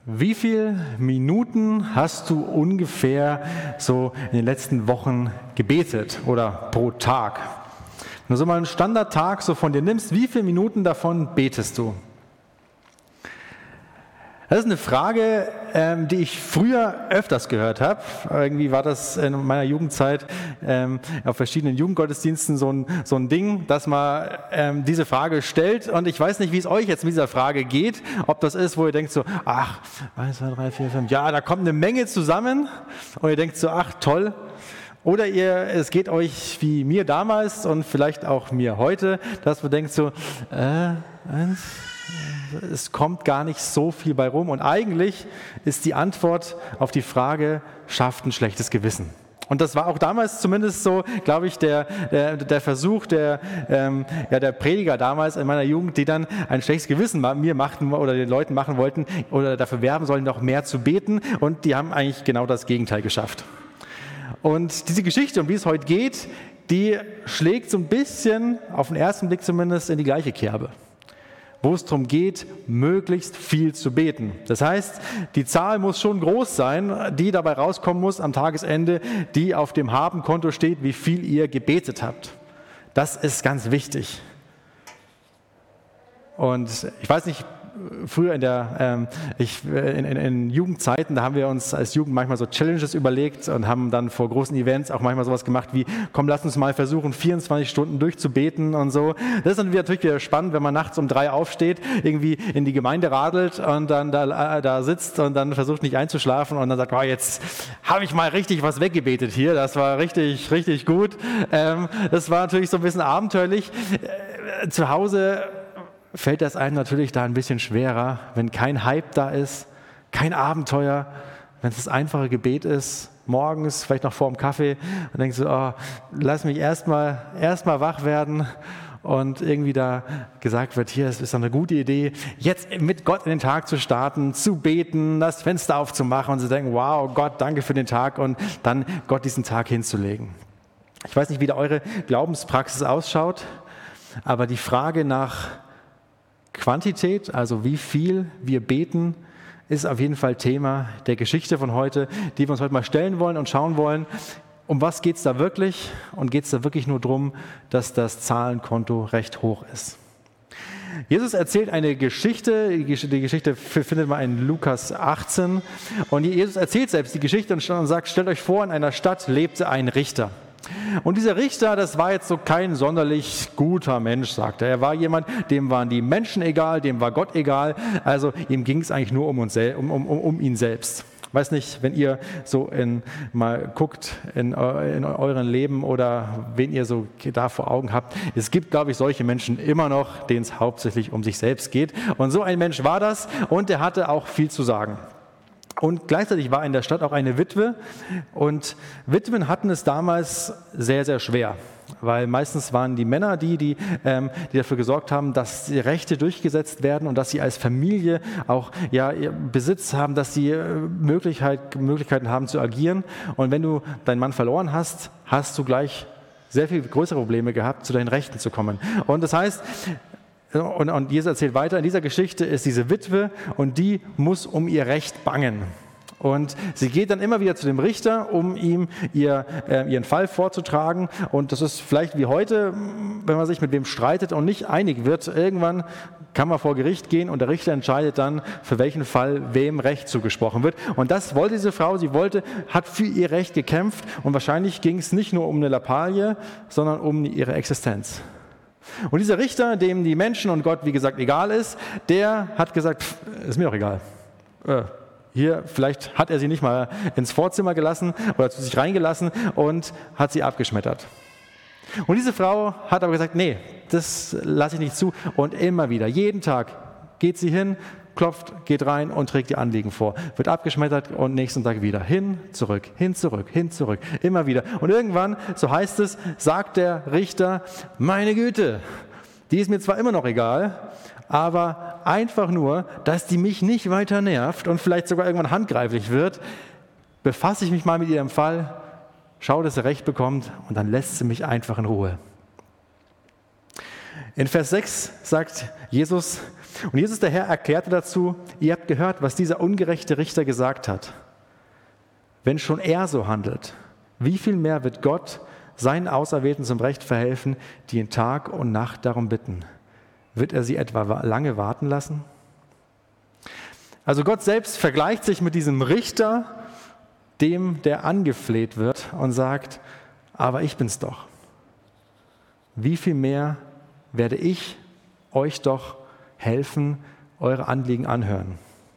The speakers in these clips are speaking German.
Wie viele Minuten hast du ungefähr so in den letzten Wochen gebetet oder pro Tag? Wenn du so mal einen Standardtag so von dir nimmst, wie viele Minuten davon betest du? Das ist eine Frage, die ich früher öfters gehört habe. Irgendwie war das in meiner Jugendzeit auf verschiedenen Jugendgottesdiensten so ein Ding, dass man diese Frage stellt. Und ich weiß nicht, wie es euch jetzt mit dieser Frage geht. Ob das ist, wo ihr denkt so, ach, 1, 2, 3, 4, 5, ja, da kommt eine Menge zusammen. Und ihr denkt so, ach, toll. Oder es geht euch wie mir damals und vielleicht auch mir heute, dass man denkt so, es kommt gar nicht so viel bei rum. Und eigentlich ist die Antwort auf die Frage, schafft ein schlechtes Gewissen. Und das war auch damals zumindest so, glaube ich, der Versuch der Prediger damals in meiner Jugend, die dann ein schlechtes Gewissen mir machten oder den Leuten machen wollten oder dafür werben sollen, noch mehr zu beten. Und die haben eigentlich genau das Gegenteil geschafft. Und diese Geschichte, um die es heute geht, die schlägt so ein bisschen, auf den ersten Blick zumindest, in die gleiche Kerbe, wo es darum geht, möglichst viel zu beten. Das heißt, die Zahl muss schon groß sein, die dabei rauskommen muss am Tagesende, die auf dem Habenkonto steht, wie viel ihr gebetet habt. Das ist ganz wichtig. Und ich weiß nicht, früher in Jugendzeiten, da haben wir uns als Jugend manchmal so Challenges überlegt und haben dann vor großen Events auch manchmal sowas gemacht wie, komm, lass uns mal versuchen, 24 Stunden durchzubeten und so. Das ist dann natürlich wieder spannend, wenn man nachts um 3 aufsteht, irgendwie in die Gemeinde radelt und dann da sitzt und dann versucht nicht einzuschlafen und dann sagt, oh, jetzt habe ich mal richtig was weggebetet hier, das war richtig, richtig gut. Das war natürlich so ein bisschen abenteuerlich. Zu Hause fällt das einem natürlich da ein bisschen schwerer, wenn kein Hype da ist, kein Abenteuer, wenn es das einfache Gebet ist, morgens, vielleicht noch vor dem Kaffee und denkst du, oh, lass mich erst mal wach werden und irgendwie da gesagt wird, hier, es ist eine gute Idee, jetzt mit Gott in den Tag zu starten, zu beten, das Fenster aufzumachen und zu denken, wow, Gott, danke für den Tag und dann Gott diesen Tag hinzulegen. Ich weiß nicht, wie da eure Glaubenspraxis ausschaut, aber die Frage nach Quantität, also wie viel wir beten, ist auf jeden Fall Thema der Geschichte von heute, die wir uns heute mal stellen wollen und schauen wollen, um was geht es da wirklich und geht es da wirklich nur darum, dass das Zahlenkonto recht hoch ist. Jesus erzählt eine Geschichte, die Geschichte findet man in Lukas 18 und Jesus erzählt selbst die Geschichte und sagt, stellt euch vor, in einer Stadt lebte ein Richter. Und dieser Richter, das war jetzt so kein sonderlich guter Mensch, sagt er. Er war jemand, dem waren die Menschen egal, dem war Gott egal. Also ihm ging es eigentlich nur um ihn selbst. Ich weiß nicht, wenn ihr so mal guckt in euren Leben oder wen ihr so da vor Augen habt. Es gibt, glaube ich, solche Menschen immer noch, denen es hauptsächlich um sich selbst geht. Und so ein Mensch war das und der hatte auch viel zu sagen. Und gleichzeitig war in der Stadt auch eine Witwe und Witwen hatten es damals sehr, sehr schwer, weil meistens waren die Männer die dafür gesorgt haben, dass die Rechte durchgesetzt werden und dass sie als Familie auch Besitz haben, dass sie Möglichkeiten haben zu agieren. Und wenn du deinen Mann verloren hast, hast du gleich sehr viel größere Probleme gehabt, zu deinen Rechten zu kommen. Und das heißt, und Jesus erzählt weiter, in dieser Geschichte ist diese Witwe und die muss um ihr Recht bangen. Und sie geht dann immer wieder zu dem Richter, um ihm ihren Fall vorzutragen. Und das ist vielleicht wie heute, wenn man sich mit wem streitet und nicht einig wird. Irgendwann kann man vor Gericht gehen und der Richter entscheidet dann, für welchen Fall wem Recht zugesprochen wird. Und das wollte diese Frau. Sie hat für ihr Recht gekämpft. Und wahrscheinlich ging es nicht nur um eine Lappalie, sondern um ihre Existenz. Und dieser Richter, dem die Menschen und Gott, wie gesagt, egal ist, der hat gesagt, ist mir doch egal. Hier, vielleicht hat er sie nicht mal ins Vorzimmer gelassen oder zu sich reingelassen und hat sie abgeschmettert. Und diese Frau hat aber gesagt, nee, das lasse ich nicht zu. Und immer wieder, jeden Tag geht sie hin, klopft, geht rein und trägt ihr Anliegen vor. Wird abgeschmettert und nächsten Tag wieder hin, zurück, hin, zurück, hin, zurück. Immer wieder. Und irgendwann, so heißt es, sagt der Richter, meine Güte, die ist mir zwar immer noch egal, aber einfach nur, dass die mich nicht weiter nervt und vielleicht sogar irgendwann handgreiflich wird, befasse ich mich mal mit ihrem Fall, schaue, dass sie Recht bekommt und dann lässt sie mich einfach in Ruhe. In Vers 6 sagt Jesus, und Jesus der Herr erklärte dazu, ihr habt gehört, was dieser ungerechte Richter gesagt hat. Wenn schon er so handelt, wie viel mehr wird Gott seinen Auserwählten zum Recht verhelfen, die ihn Tag und Nacht darum bitten? Wird er sie etwa lange warten lassen? Also Gott selbst vergleicht sich mit diesem Richter, dem der angefleht wird und sagt, aber ich bin's doch. Wie viel mehr werde ich euch doch helfen, eure Anliegen anhören.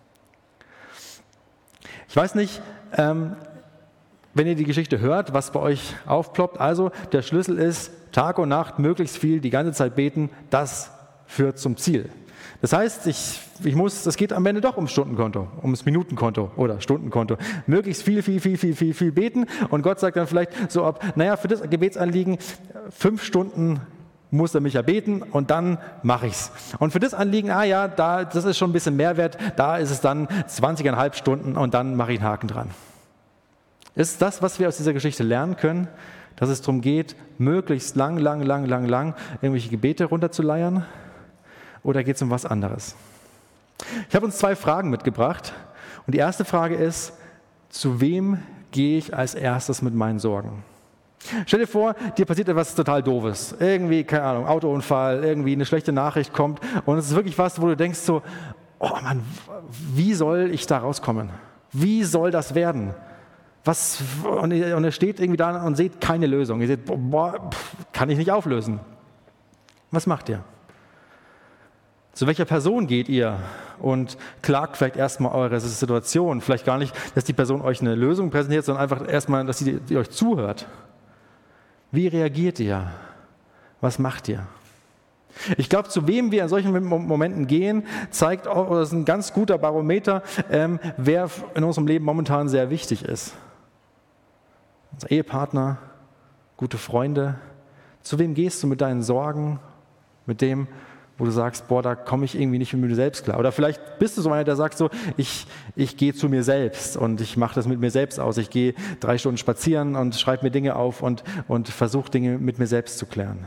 Ich weiß nicht, wenn ihr die Geschichte hört, was bei euch aufploppt. Also der Schlüssel ist, Tag und Nacht möglichst viel, die ganze Zeit beten, das führt zum Ziel. Das heißt, es geht am Ende doch ums Stundenkonto, ums Minutenkonto oder Stundenkonto. Möglichst viel beten und Gott sagt dann vielleicht so für das Gebetsanliegen 5 Stunden muss er mich ja beten und dann mache ich's. Und für das Anliegen, das ist schon ein bisschen Mehrwert, da ist es dann 20,5 Stunden und dann mache ich einen Haken dran. Ist das, was wir aus dieser Geschichte lernen können, dass es darum geht, möglichst lang irgendwelche Gebete runterzuleiern? Oder geht es um was anderes? Ich habe uns 2 Fragen mitgebracht. Und die erste Frage ist, zu wem gehe ich als erstes mit meinen Sorgen? Stell dir vor, dir passiert etwas total Doofes. Irgendwie, keine Ahnung, Autounfall, irgendwie eine schlechte Nachricht kommt. Und es ist wirklich was, wo du denkst so, oh Mann, wie soll ich da rauskommen? Wie soll das werden? Und ihr steht irgendwie da und seht keine Lösung. Ihr seht, kann ich nicht auflösen. Was macht ihr? Zu welcher Person geht ihr und klagt vielleicht erstmal eure Situation? Vielleicht gar nicht, dass die Person euch eine Lösung präsentiert, sondern einfach erstmal, dass sie euch zuhört. Wie reagiert ihr? Was macht ihr? Ich glaube, zu wem wir in solchen Momenten gehen, zeigt auch, das ist ein ganz guter Barometer, wer in unserem Leben momentan sehr wichtig ist. Unser Ehepartner, gute Freunde. Zu wem gehst du mit deinen Sorgen, mit dem, wo du sagst, da komme ich irgendwie nicht mit mir selbst klar. Oder vielleicht bist du so einer, der sagt so, ich gehe zu mir selbst und ich mache das mit mir selbst aus. Ich gehe 3 Stunden spazieren und schreibe mir Dinge auf und versuche Dinge mit mir selbst zu klären.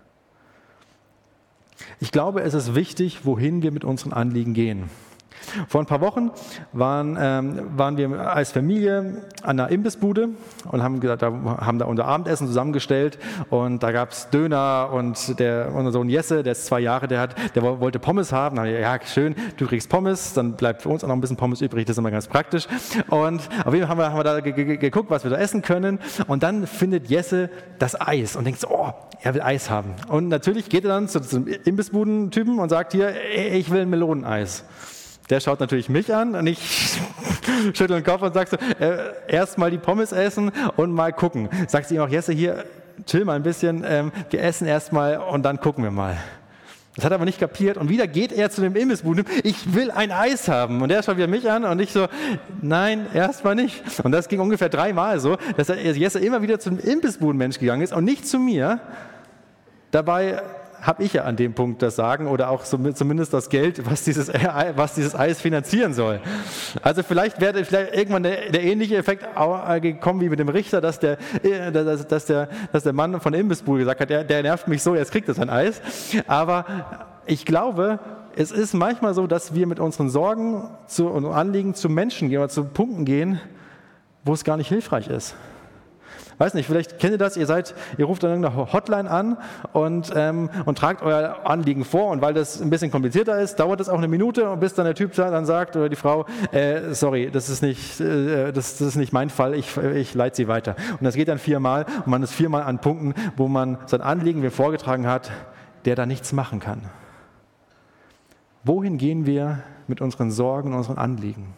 Ich glaube, es ist wichtig, wohin wir mit unseren Anliegen gehen. Vor ein paar Wochen waren wir als Familie an einer Imbissbude und haben da unser Abendessen zusammengestellt und da gab es Döner und unser Sohn Jesse, der ist 2 Jahre, der wollte Pommes haben. Dann haben wir, ja schön, du kriegst Pommes, dann bleibt für uns auch noch ein bisschen Pommes übrig, das ist immer ganz praktisch. Und auf jeden Fall haben wir da geguckt, was wir da essen können und dann findet Jesse das Eis und denkt so, er will Eis haben. Und natürlich geht er dann zu diesem Imbissbudentypen und sagt hier, ich will ein Meloneneis. Der schaut natürlich mich an und ich schüttel den Kopf und sage so, erst mal die Pommes essen und mal gucken. Sagt sie ihm auch, Jesse, hier, chill mal ein bisschen, wir essen erst mal und dann gucken wir mal. Das hat er aber nicht kapiert und wieder geht er zu dem Imbissbuden, ich will ein Eis haben. Und der schaut wieder mich an und ich so, nein, erst mal nicht. Und das ging ungefähr 3 Mal so, dass Jesse immer wieder zu dem Imbissbudenmensch gegangen ist und nicht zu mir. Dabei habe ich ja an dem Punkt das Sagen oder auch zumindest das Geld, was dieses Eis finanzieren soll. Also vielleicht wäre irgendwann der ähnliche Effekt gekommen wie mit dem Richter, dass der Mann von der Imbissbude gesagt hat, der nervt mich so, jetzt kriegt er sein Eis. Aber ich glaube, es ist manchmal so, dass wir mit unseren Sorgen und Anliegen zu Menschen gehen oder zu Punkten gehen, wo es gar nicht hilfreich ist. Weiß nicht, vielleicht kennt ihr das, ihr ruft an irgendeiner Hotline an und tragt euer Anliegen vor und weil das ein bisschen komplizierter ist, dauert es auch 1 Minute, bis dann der Typ dann sagt oder die Frau, sorry, das ist nicht mein Fall, ich leite sie weiter. Und das geht dann 4-mal und man ist 4-mal an Punkten, wo man sein Anliegen mir vorgetragen hat, der da nichts machen kann. Wohin gehen wir mit unseren Sorgen und unseren Anliegen?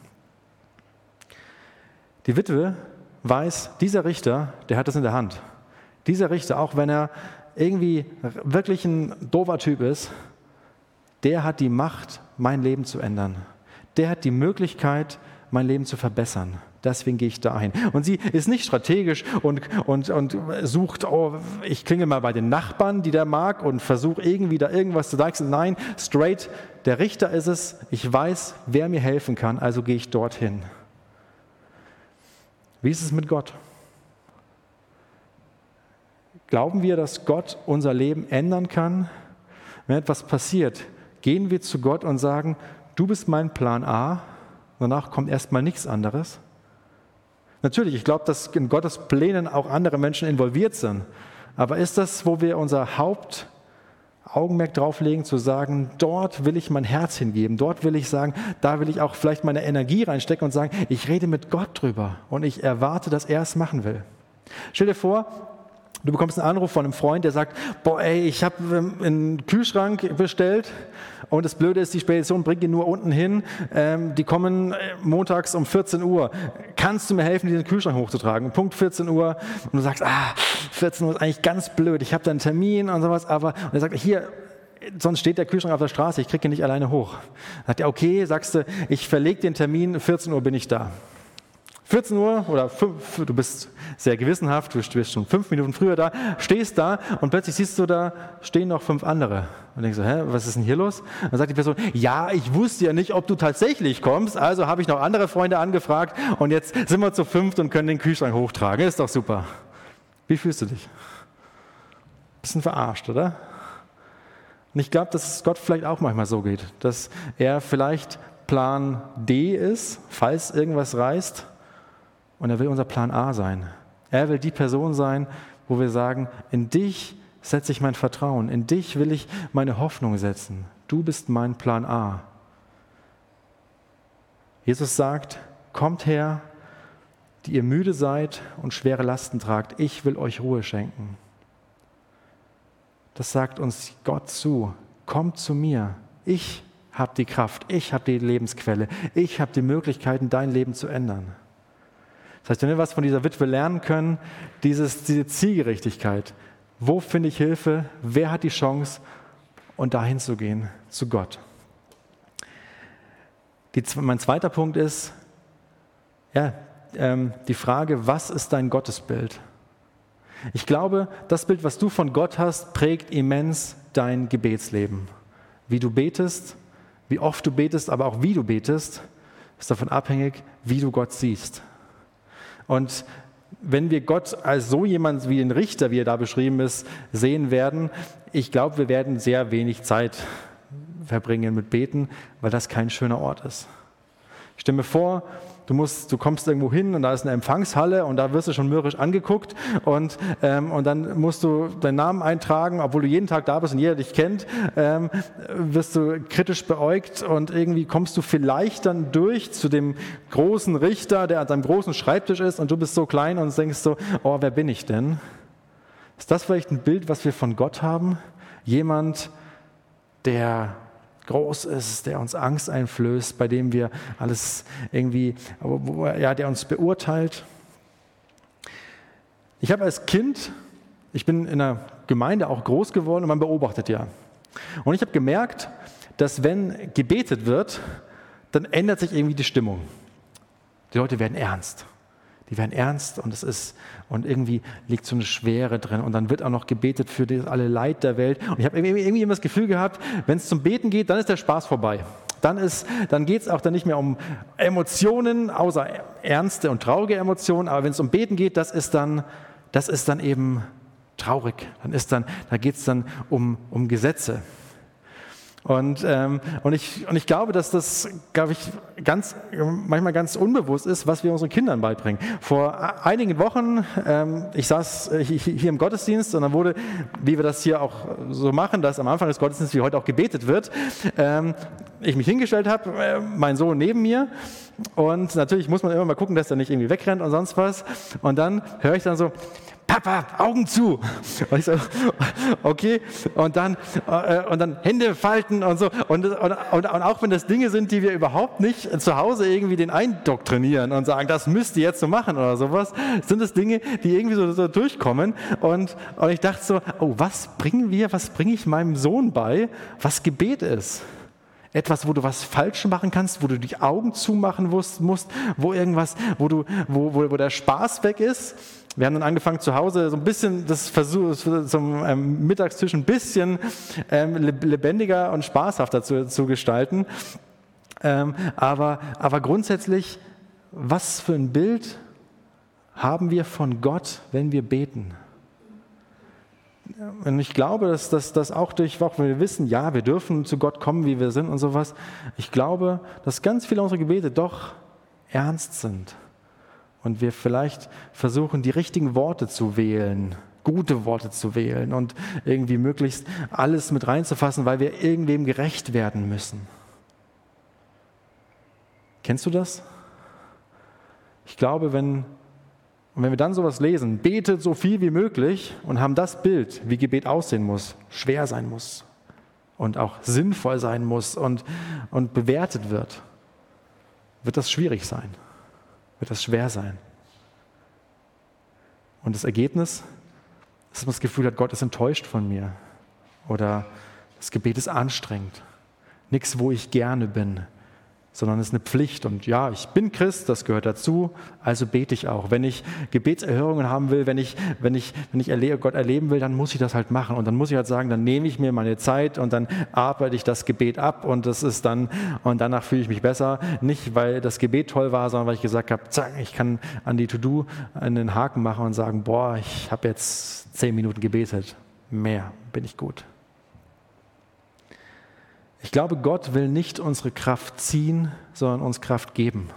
Die Witwe weiß, dieser Richter, der hat das in der Hand. Dieser Richter, auch wenn er irgendwie wirklich ein doofer Typ ist, der hat die Macht, mein Leben zu ändern. Der hat die Möglichkeit, mein Leben zu verbessern. Deswegen gehe ich dahin. Und sie ist nicht strategisch und sucht, ich klingel mal bei den Nachbarn, die der mag und versuche irgendwie da irgendwas zu sagen. Nein, straight, der Richter ist es. Ich weiß, wer mir helfen kann, also gehe ich dorthin. Wie ist es mit Gott? Glauben wir, dass Gott unser Leben ändern kann, wenn etwas passiert, gehen wir zu Gott und sagen, du bist mein Plan A, danach kommt erstmal nichts anderes? Natürlich, ich glaube, dass in Gottes Plänen auch andere Menschen involviert sind. Aber ist das, wo wir unser Hauptaugenmerk drauf legen, zu sagen, dort will ich mein Herz hingeben, dort will ich sagen, da will ich auch vielleicht meine Energie reinstecken und sagen, ich rede mit Gott drüber und ich erwarte, dass er es machen will. Stell dir vor, du bekommst einen Anruf von einem Freund, der sagt, boah ey, ich habe einen Kühlschrank bestellt und das Blöde ist, die Spedition bringt ihn nur unten hin, die kommen montags um 14 Uhr. Kannst du mir helfen, diesen Kühlschrank hochzutragen? Und Punkt 14 Uhr und du sagst, 14 Uhr ist eigentlich ganz blöd, ich habe da einen Termin und sowas, und er sagt, hier, sonst steht der Kühlschrank auf der Straße, ich kriege ihn nicht alleine hoch. Dann sagt er, okay, sagst du, ich verlege den Termin, 14 Uhr bin ich da. 14 Uhr oder 5, du bist sehr gewissenhaft, du bist schon 5 Minuten früher da, stehst da und plötzlich siehst du, da stehen noch 5 andere. Und denkst so, was ist denn hier los? Dann sagt die Person, ja, ich wusste ja nicht, ob du tatsächlich kommst, also habe ich noch andere Freunde angefragt und jetzt sind wir zu 5 und können den Kühlschrank hochtragen. Ist doch super. Wie fühlst du dich? Bisschen verarscht, oder? Und ich glaube, dass es Gott vielleicht auch manchmal so geht, dass er vielleicht Plan D ist, falls irgendwas reißt. Und er will unser Plan A sein. Er will die Person sein, wo wir sagen, in dich setze ich mein Vertrauen, in dich will ich meine Hoffnung setzen. Du bist mein Plan A. Jesus sagt, kommt her, die ihr müde seid und schwere Lasten tragt, ich will euch Ruhe schenken. Das sagt uns Gott zu, kommt zu mir, ich habe die Kraft, ich habe die Lebensquelle, ich habe die Möglichkeiten, dein Leben zu ändern. Das heißt, wenn wir was von dieser Witwe lernen können, diese Zielgerechtigkeit, wo finde ich Hilfe, wer hat die Chance, und dahin zu gehen, zu Gott. Mein zweiter Punkt ist, die Frage, was ist dein Gottesbild? Ich glaube, das Bild, was du von Gott hast, prägt immens dein Gebetsleben. Wie du betest, wie oft du betest, aber auch wie du betest, ist davon abhängig, wie du Gott siehst. Und wenn wir Gott als so jemand wie den Richter, wie er da beschrieben ist, sehen werden, ich glaube, wir werden sehr wenig Zeit verbringen mit Beten, weil das kein schöner Ort ist. Ich stelle mir vor, du kommst irgendwo hin und da ist eine Empfangshalle und da wirst du schon mürrisch angeguckt und dann musst du deinen Namen eintragen, obwohl du jeden Tag da bist und jeder dich kennt, wirst du kritisch beäugt und irgendwie kommst du vielleicht dann durch zu dem großen Richter, der an seinem großen Schreibtisch ist und du bist so klein und denkst so, oh, wer bin ich denn? Ist das vielleicht ein Bild, was wir von Gott haben? Jemand, der groß ist, der uns Angst einflößt, bei dem wir alles irgendwie, der uns beurteilt. Ich habe als Kind, ich bin in einer Gemeinde auch groß geworden und man beobachtet ja. Und ich habe gemerkt, dass wenn gebetet wird, dann ändert sich irgendwie die Stimmung. Die Leute werden ernst. Die werden ernst und irgendwie liegt so eine Schwere drin und dann wird auch noch gebetet für alle Leid der Welt. Und ich habe irgendwie immer das Gefühl gehabt, wenn es zum Beten geht, dann ist der Spaß vorbei. Dann geht es auch dann nicht mehr um Emotionen, außer ernste und traurige Emotionen, aber wenn es um Beten geht, das ist dann eben traurig. Da geht es dann um Gesetze. Und ich glaube, dass das, manchmal ganz unbewusst ist, was wir unseren Kindern beibringen. Vor einigen Wochen, ich saß hier im Gottesdienst und dann wurde, wie wir das hier auch so machen, dass am Anfang des Gottesdienstes, wie heute auch gebetet wird, ich mich hingestellt habe, mein Sohn neben mir und natürlich muss man immer mal gucken, dass er nicht irgendwie wegrennt und sonst was. Und dann höre ich dann so, Papa, Augen zu. Und ich so, okay. Und dann Hände falten und so. Und auch wenn das Dinge sind, die wir überhaupt nicht zu Hause irgendwie den eindoktrinieren und sagen, das müsst ihr jetzt so machen oder sowas, sind es Dinge, die irgendwie so durchkommen. Und ich dachte so, oh, was bringe ich meinem Sohn bei, was Gebet ist? Etwas, wo du was falsch machen kannst, wo du die Augen zumachen musst, wo der Spaß weg ist. Wir haben dann angefangen zu Hause so ein bisschen zum Mittagstisch ein bisschen lebendiger und spaßhafter zu gestalten. Aber grundsätzlich, was für ein Bild haben wir von Gott, wenn wir beten? Und ich glaube, dass das auch wenn wir wissen, ja, wir dürfen zu Gott kommen, wie wir sind und sowas, ich glaube, dass ganz viele unserer Gebete doch ernst sind. Und wir vielleicht versuchen, die richtigen Worte zu wählen, gute Worte zu wählen und irgendwie möglichst alles mit reinzufassen, weil wir irgendwem gerecht werden müssen. Kennst du das? Ich glaube, wenn wir dann sowas lesen, betet so viel wie möglich und haben das Bild, wie Gebet aussehen muss, schwer sein muss und auch sinnvoll sein muss und bewertet wird das schwierig sein, wird das schwer sein. Und das Ergebnis, dass man das Gefühl hat, Gott ist enttäuscht von mir oder das Gebet ist anstrengend, nichts, wo ich gerne bin, sondern es ist eine Pflicht. Und ja, ich bin Christ, das gehört dazu, also bete ich auch. Wenn ich Gebetserhörungen haben will, wenn ich Gott erleben will, dann muss ich das halt machen. Und dann muss ich halt sagen, dann nehme ich mir meine Zeit und dann arbeite ich das Gebet ab und danach fühle ich mich besser. Nicht, weil das Gebet toll war, sondern weil ich gesagt habe, zack, ich kann an die To-Do einen Haken machen und sagen, boah, ich habe jetzt 10 Minuten gebetet. Mehr bin ich gut. Ich glaube, Gott will nicht unsere Kraft ziehen, sondern uns Kraft geben.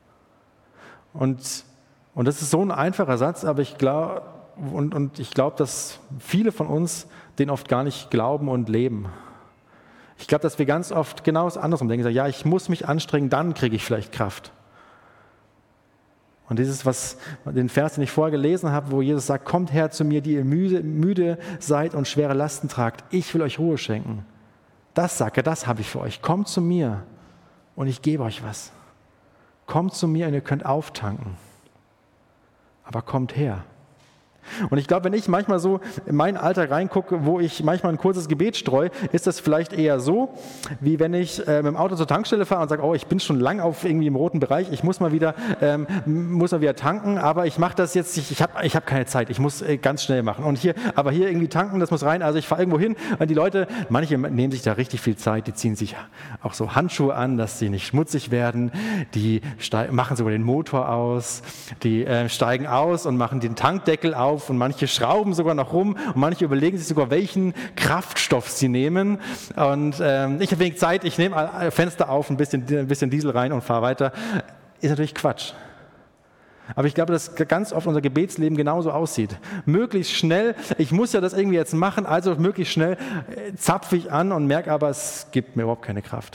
Und das ist so ein einfacher Satz, aber ich glaube, dass viele von uns den oft gar nicht glauben und leben. Ich glaube, dass wir ganz oft genau das andersrum denken, sagen, ja, ich muss mich anstrengen, dann kriege ich vielleicht Kraft. Und den Vers, den ich vorher gelesen habe, wo Jesus sagt, kommt her zu mir, die ihr müde seid und schwere Lasten tragt, ich will euch Ruhe schenken. Das sagt er, das habe ich für euch. Kommt zu mir und ich gebe euch was. Kommt zu mir und ihr könnt auftanken. Aber kommt her. Und ich glaube, wenn ich manchmal so in meinen Alltag reingucke, wo ich manchmal ein kurzes Gebet streue, ist das vielleicht eher so, wie wenn ich mit dem Auto zur Tankstelle fahre und sage, oh, ich bin schon lang irgendwie im roten Bereich, ich muss mal wieder tanken, aber ich mache das jetzt, ich hab keine Zeit, ich muss ganz schnell machen. Und hier irgendwie tanken, das muss rein, also ich fahre irgendwo hin und die Leute, manche nehmen sich da richtig viel Zeit, die ziehen sich auch so Handschuhe an, dass sie nicht schmutzig werden, die machen sogar den Motor aus, die steigen aus und machen den Tankdeckel auf und manche schrauben sogar noch rum und manche überlegen sich sogar, welchen Kraftstoff sie nehmen. Und ich habe wenig Zeit, ich nehme Fenster auf, ein bisschen Diesel rein und fahre weiter. Ist natürlich Quatsch. Aber ich glaube, dass ganz oft unser Gebetsleben genauso aussieht. Möglichst schnell, ich muss ja das irgendwie jetzt machen, also möglichst schnell zapfe ich an und merke aber, es gibt mir überhaupt keine Kraft.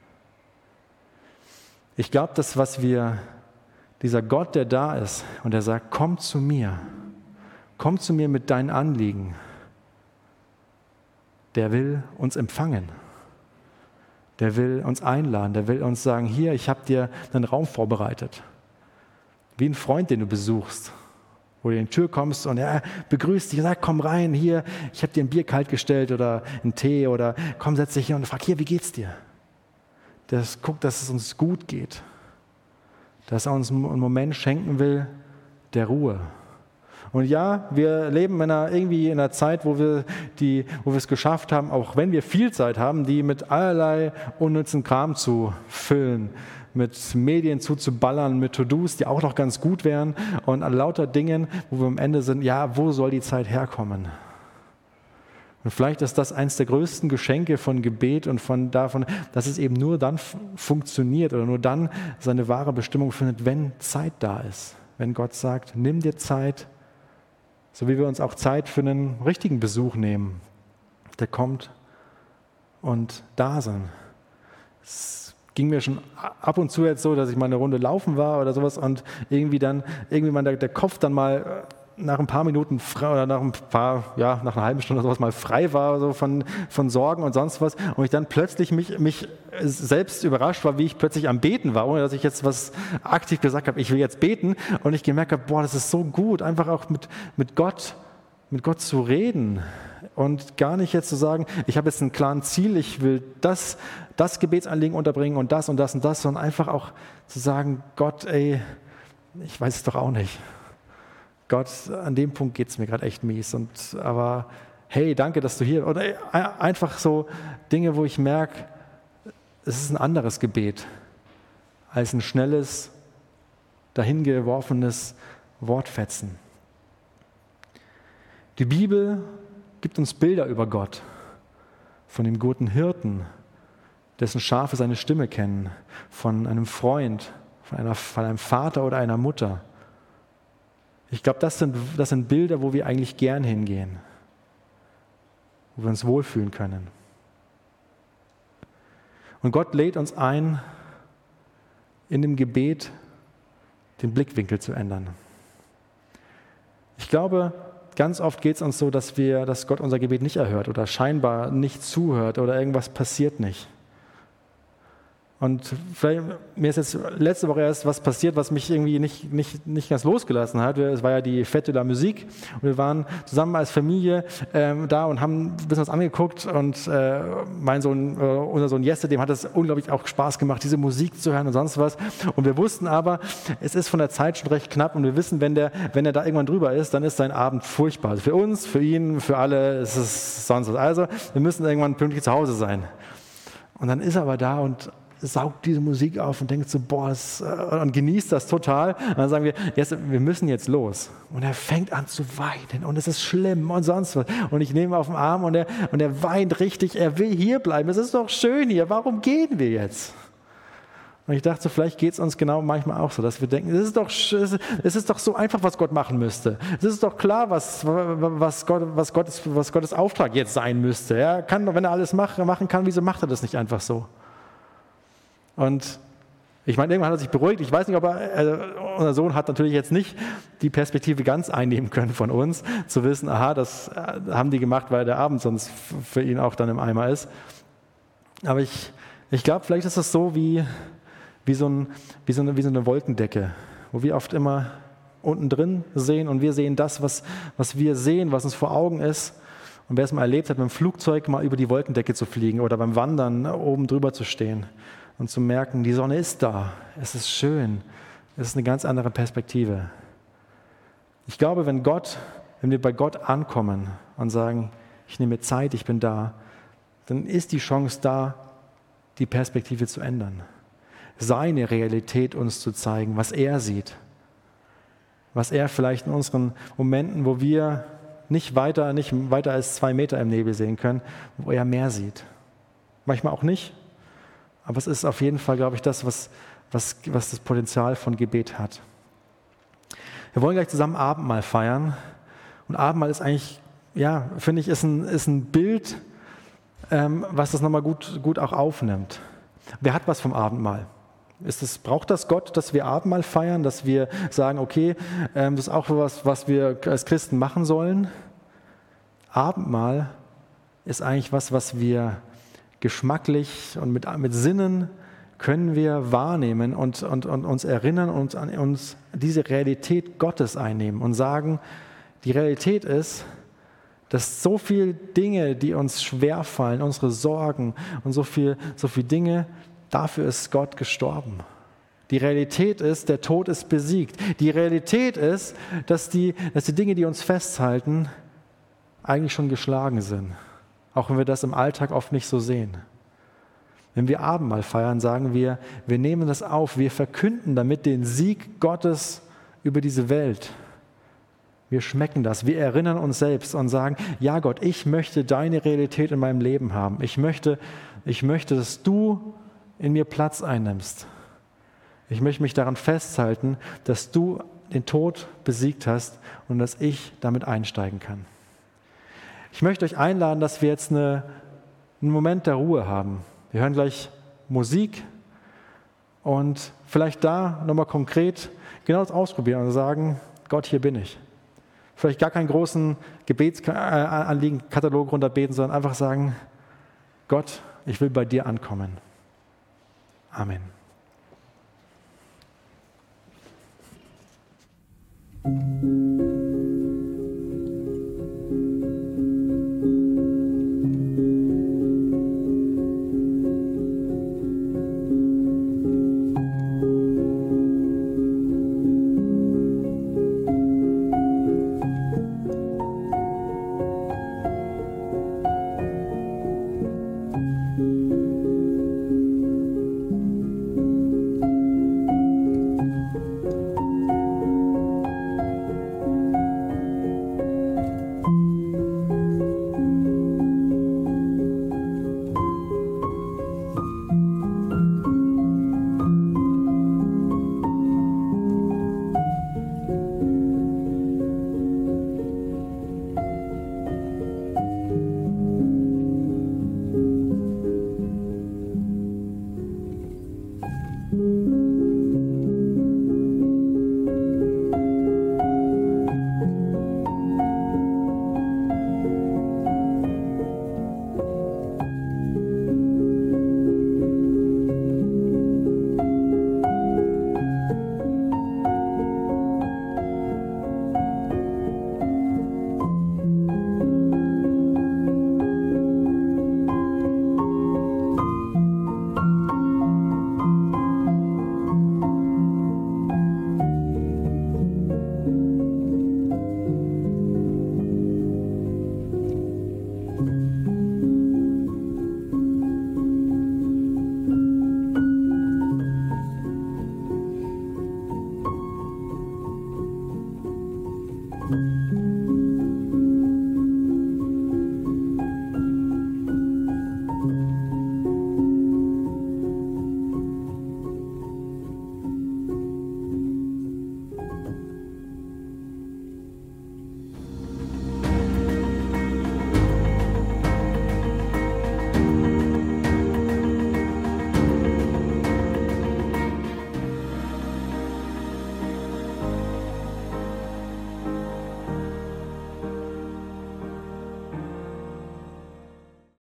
Ich glaube, dieser Gott, der da ist und der sagt, komm zu mir mit deinen Anliegen, der will uns empfangen. Der will uns einladen, der will uns sagen, hier, ich habe dir einen Raum vorbereitet. Wie ein Freund, den du besuchst, wo du in die Tür kommst und er begrüßt dich und sagt, komm rein, hier, ich habe dir ein Bier kalt gestellt oder einen Tee oder komm, setz dich hier und frag, hier, wie geht's dir? Guckt, dass es uns gut geht. Dass er uns einen Moment schenken will der Ruhe. Und ja, wir leben in einer Zeit, wo wir es geschafft haben, auch wenn wir viel Zeit haben, die mit allerlei unnützen Kram zu füllen, mit Medien zuzuballern, mit To-Dos, die auch noch ganz gut wären und an lauter Dingen, wo wir am Ende sind, ja, wo soll die Zeit herkommen? Und vielleicht ist das eines der größten Geschenke von Gebet und davon, dass es eben nur dann funktioniert oder nur dann seine wahre Bestimmung findet, wenn Zeit da ist. Wenn Gott sagt, nimm dir Zeit, so wie wir uns auch Zeit für einen richtigen Besuch nehmen, der kommt und da sind. Es ging mir schon ab und zu jetzt so, dass ich mal eine Runde laufen war oder sowas und irgendwie der Kopf dann mal nach ein paar Minuten oder nach einer halben Stunde oder sowas mal frei war, so von Sorgen und sonst was. Und ich dann plötzlich mich selbst überrascht war, wie ich plötzlich am Beten war, ohne dass ich jetzt was aktiv gesagt habe, ich will jetzt beten. Und ich gemerkt habe, boah, das ist so gut, einfach auch mit Gott zu reden. Und gar nicht jetzt zu sagen, ich habe jetzt ein klares Ziel, ich will das Gebetsanliegen unterbringen und das und das und das, sondern einfach auch zu sagen, Gott, ey, ich weiß es doch auch nicht. Gott, an dem Punkt geht es mir gerade echt mies. Aber hey, danke, dass du hier... Oder einfach so Dinge, wo ich merke, es ist ein anderes Gebet als ein schnelles, dahingeworfenes Wortfetzen. Die Bibel gibt uns Bilder über Gott, von dem guten Hirten, dessen Schafe seine Stimme kennen, von einem Freund, von einem Vater oder einer Mutter. Ich glaube, das sind Bilder, wo wir eigentlich gern hingehen, wo wir uns wohlfühlen können. Und Gott lädt uns ein, in dem Gebet den Blickwinkel zu ändern. Ich glaube, ganz oft geht es uns so, dass Gott unser Gebet nicht erhört oder scheinbar nicht zuhört oder irgendwas passiert nicht. Und vielleicht, mir ist jetzt letzte Woche erst was passiert, was mich irgendwie nicht ganz losgelassen hat. Es war ja die Fête de la Musique und wir waren zusammen als Familie da und haben ein bisschen was angeguckt und mein Sohn, unser Sohn Jesse, dem hat es unglaublich auch Spaß gemacht, diese Musik zu hören und sonst was. Und wir wussten aber, es ist von der Zeit schon recht knapp und wir wissen, wenn er da irgendwann drüber ist, dann ist sein Abend furchtbar. Also für uns, für ihn, für alle ist es sonst was. Also wir müssen irgendwann pünktlich zu Hause sein. Und dann ist er aber da und saugt diese Musik auf und denkt so, und genießt das total. Und dann sagen wir, wir müssen jetzt los. Und er fängt an zu weinen und es ist schlimm und sonst was. Und ich nehme ihn auf den Arm und er weint richtig, er will hier bleiben. Es ist doch schön hier, warum gehen wir jetzt? Und ich dachte, vielleicht geht es uns genau manchmal auch so, dass wir denken, es ist doch so einfach, was Gott machen müsste. Es ist doch klar, was Gottes Auftrag jetzt sein müsste. Er kann doch, wenn er alles machen kann, wieso macht er das nicht einfach so? Und ich meine, irgendwann hat er sich beruhigt. Ich weiß nicht, unser Sohn hat natürlich jetzt nicht die Perspektive ganz einnehmen können von uns, zu wissen, aha, das haben die gemacht, weil der Abend sonst für ihn auch dann im Eimer ist. Aber ich glaube, vielleicht ist das so wie so eine Wolkendecke, wo wir oft immer unten drin sehen und wir sehen das, was wir sehen, was uns vor Augen ist. Und wer es mal erlebt hat, mit dem Flugzeug mal über die Wolkendecke zu fliegen oder beim Wandern oben drüber zu stehen und zu merken, die Sonne ist da, es ist schön, es ist eine ganz andere Perspektive. Ich glaube, wenn wir bei Gott ankommen und sagen, ich nehme Zeit, ich bin da, dann ist die Chance da, die Perspektive zu ändern. Seine Realität uns zu zeigen, was er sieht, was er vielleicht in unseren Momenten, wo wir nicht weiter als 2 Meter im Nebel sehen können, wo er mehr sieht. Manchmal auch nicht, aber es ist auf jeden Fall, glaube ich, das, was das Potenzial von Gebet hat. Wir wollen gleich zusammen Abendmahl feiern. Und Abendmahl ist eigentlich, ja, finde ich, ist ein Bild, was das nochmal gut auch aufnimmt. Wer hat was vom Abendmahl? Braucht das Gott, dass wir Abendmahl feiern, dass wir sagen, okay, das ist auch was wir als Christen machen sollen? Abendmahl ist eigentlich was wir geschmacklich und mit Sinnen können wir wahrnehmen und uns erinnern und an uns diese Realität Gottes einnehmen und sagen, die Realität ist, dass so viele Dinge, die uns schwerfallen, unsere Sorgen und so viel Dinge, dafür ist Gott gestorben. Die Realität ist, der Tod ist besiegt. Die Realität ist, dass die Dinge, die uns festhalten, eigentlich schon geschlagen sind. Auch wenn wir das im Alltag oft nicht so sehen. Wenn wir Abendmahl feiern, sagen wir nehmen das auf, wir verkünden damit den Sieg Gottes über diese Welt. Wir schmecken das, wir erinnern uns selbst und sagen, ja Gott, ich möchte deine Realität in meinem Leben haben. Ich möchte, dass du in mir Platz einnimmst. Ich möchte mich daran festhalten, dass du den Tod besiegt hast und dass ich damit einsteigen kann. Ich möchte euch einladen, dass wir jetzt einen Moment der Ruhe haben. Wir hören gleich Musik und vielleicht da nochmal konkret genau das ausprobieren und sagen, Gott, hier bin ich. Vielleicht gar keinen großen Gebetsanliegen-Katalog runterbeten, sondern einfach sagen, Gott, ich will bei dir ankommen. Amen.